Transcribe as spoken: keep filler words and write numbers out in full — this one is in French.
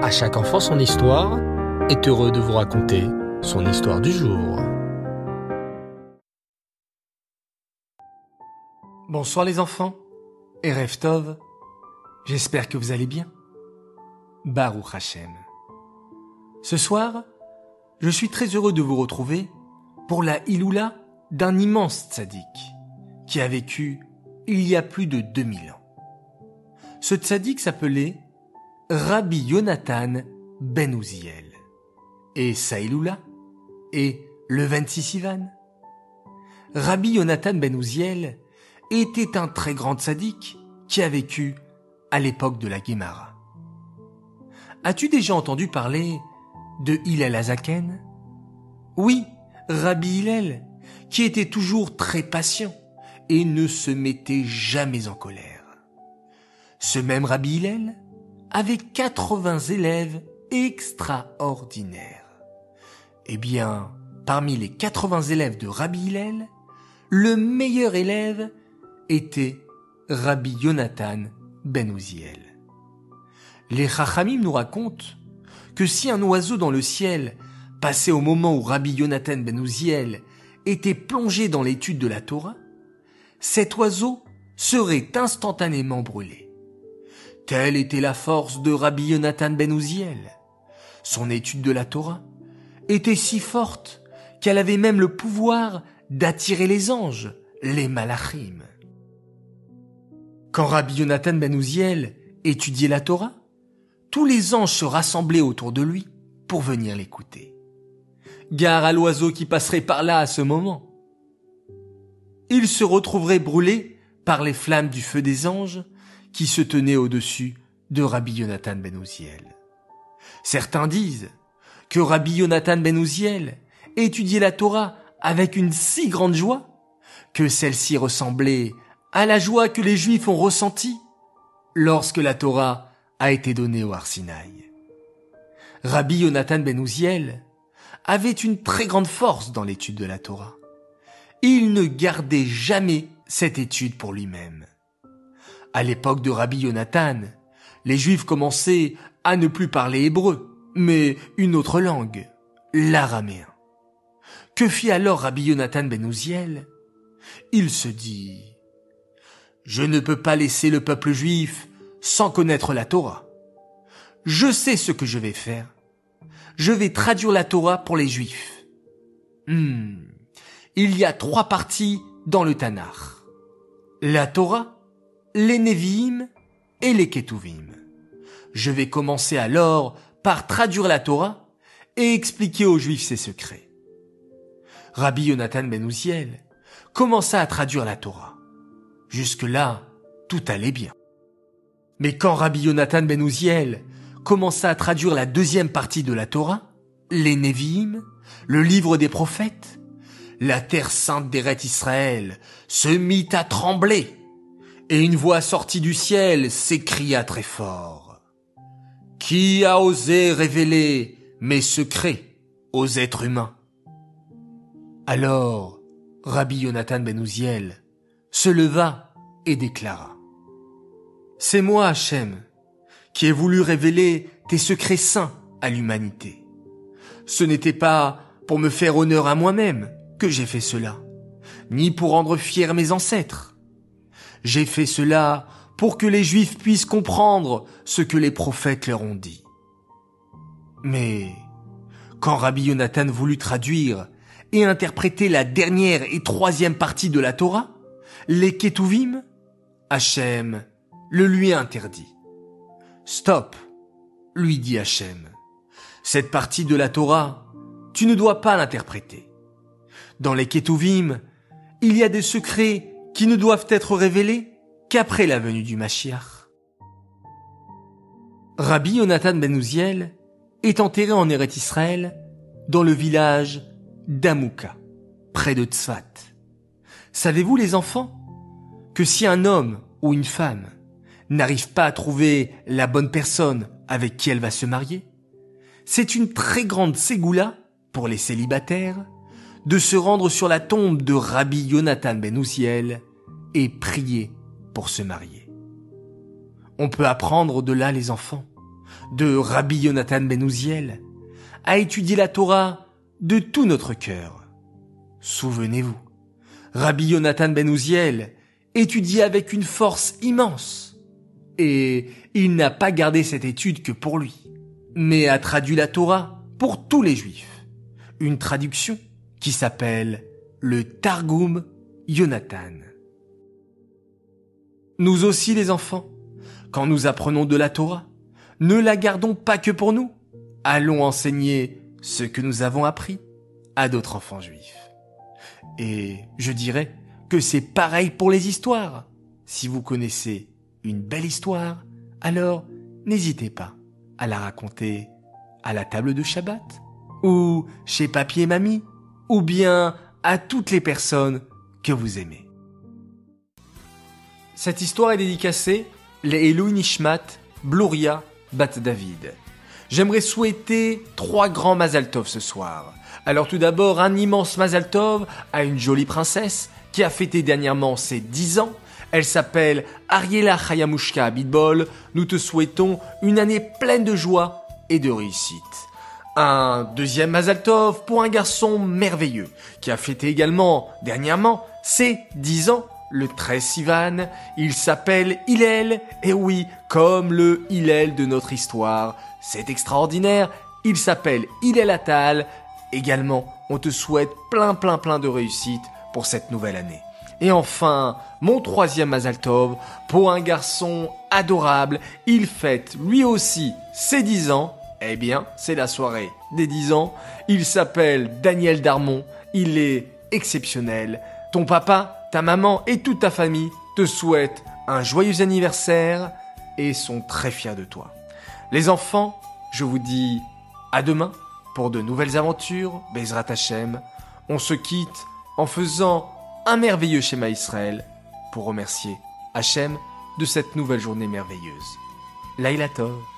À chaque enfant son histoire est heureux de vous raconter son histoire du jour. Bonsoir les enfants, Erev Tov, j'espère que vous allez bien. Baruch Hashem. Ce soir, je suis très heureux de vous retrouver pour la Iloula d'un immense tzaddik qui a vécu il y a plus de deux mille ans. Ce tzaddik s'appelait Rabbi Yonatan ben Uziel. Et sa Iloula est le vingt-six Sivan. Rabbi Yonatan ben Uziel était un très grand tzaddik qui a vécu à l'époque de la Guémara. As-tu déjà entendu parler de Hillel Hazaken? Oui, Rabbi Hillel, qui était toujours très patient et ne se mettait jamais en colère. Ce même Rabbi Hillel avait quatre-vingts élèves extraordinaires. Eh bien, parmi les quatre-vingts élèves de Rabbi Hillel, le meilleur élève était Rabbi Yonatan ben Uziel. Les Chachamim nous racontent que si un oiseau dans le ciel passait au moment où Rabbi Yonatan ben Uziel était plongé dans l'étude de la Torah, cet oiseau serait instantanément brûlé. Telle était la force de Rabbi Yonatan ben Uziel. Son étude de la Torah était si forte qu'elle avait même le pouvoir d'attirer les anges, les malachim. Quand Rabbi Yonatan ben Uziel étudiait la Torah, tous les anges se rassemblaient autour de lui pour venir l'écouter. Gare à l'oiseau qui passerait par là à ce moment. Il se retrouverait brûlé par les flammes du feu des anges qui se tenaient au-dessus de Rabbi Yonatan ben Uziel. Certains disent que Rabbi Yonatan ben Uziel étudiait la Torah avec une si grande joie que celle-ci ressemblait à la joie que les Juifs ont ressentie lorsque la Torah a été donnée au Har Sinaï. Rabbi Yonatan ben Uziel avait une très grande force dans l'étude de la Torah. Il ne gardait jamais cette étude pour lui-même. À l'époque de Rabbi Yonatan, les Juifs commençaient à ne plus parler hébreu, mais une autre langue, l'araméen. Que fit alors Rabbi Yonatan ben Uziel? Il se dit « Je ne peux pas laisser le peuple juif sans connaître la Torah. Je sais ce que je vais faire. Je vais traduire la Torah pour les Juifs. Hmm. Il y a trois parties dans le Tanakh. La Torah, les Nevi'im et les Ketuvim. Je vais commencer alors par traduire la Torah et expliquer aux Juifs ses secrets. » Rabbi Yonatan ben Uziel commença à traduire la Torah. Jusque-là, tout allait bien. Mais quand Rabbi Yonatan ben Uziel commença à traduire la deuxième partie de la Torah, les Nevi'im, le livre des prophètes, la terre sainte d'Éretz Israël se mit à trembler, et une voix sortie du ciel s'écria très fort. « Qui a osé révéler mes secrets aux êtres humains ?» Alors, Rabbi Yonatan ben Uziel se leva et déclara « C'est moi, Hachem, qui ai voulu révéler tes secrets saints à l'humanité. Ce n'était pas pour me faire honneur à moi-même que j'ai fait cela, ni pour rendre fiers mes ancêtres. J'ai fait cela pour que les Juifs puissent comprendre ce que les prophètes leur ont dit. » Mais quand Rabbi Yonatan voulut traduire et interpréter la dernière et troisième partie de la Torah, les Ketuvim, Hachem le lui interdit. « Stop, lui dit Hachem. Cette partie de la Torah, tu ne dois pas l'interpréter. Dans les Ketuvim, il y a des secrets qui ne doivent être révélés qu'après la venue du Mashiach. » Rabbi Yonatan ben Uziel est enterré en Éretz Israël dans le village d'Amouka, près de Tzfat. Savez-vous les enfants que si un homme ou une femme n'arrive pas à trouver la bonne personne avec qui elle va se marier, c'est une très grande ségoula pour les célibataires de se rendre sur la tombe de Rabbi Yonatan ben Uziel et prier pour se marier. On peut apprendre de là, les enfants, de Rabbi Yonatan ben Uziel, à étudier la Torah de tout notre cœur. Souvenez-vous, Rabbi Yonatan ben Uziel étudiait avec une force immense, et il n'a pas gardé cette étude que pour lui, mais a traduit la Torah pour tous les Juifs, une traduction qui s'appelle le Targum Yonatan. Nous aussi les enfants, quand nous apprenons de la Torah, ne la gardons pas que pour nous. Allons enseigner ce que nous avons appris à d'autres enfants juifs. Et je dirais que c'est pareil pour les histoires. Si vous connaissez une belle histoire, alors n'hésitez pas à la raconter à la table de Shabbat, ou chez papy et mamie, ou bien à toutes les personnes que vous aimez. Cette histoire est dédicacée les Eloi Nishmat Bloria Bat David. J'aimerais souhaiter trois grands Mazal Tov ce soir. Alors tout d'abord, un immense Mazal Tov à une jolie princesse qui a fêté dernièrement ses dix ans. Elle s'appelle Ariela Chayamushka Abitbol. Nous te souhaitons une année pleine de joie et de réussite. Un deuxième Mazal Tov pour un garçon merveilleux qui a fêté également dernièrement ses dix ans. Le treize Sivan, il s'appelle Hillel, et oui, comme le Hillel de notre histoire. C'est extraordinaire, il s'appelle Hillel Atal. Également, on te souhaite plein plein plein de réussite pour cette nouvelle année. Et enfin, mon troisième Mazal Tov, pour un garçon adorable, il fête lui aussi ses dix ans. Eh bien, c'est la soirée des dix ans. Il s'appelle Daniel Darmon, il est exceptionnel. Ton papa, ta maman et toute ta famille te souhaitent un joyeux anniversaire et sont très fiers de toi. Les enfants, je vous dis à demain pour de nouvelles aventures, Bezrat Hashem. On se quitte en faisant un merveilleux schéma Israël pour remercier Hashem de cette nouvelle journée merveilleuse. Laïla Tov.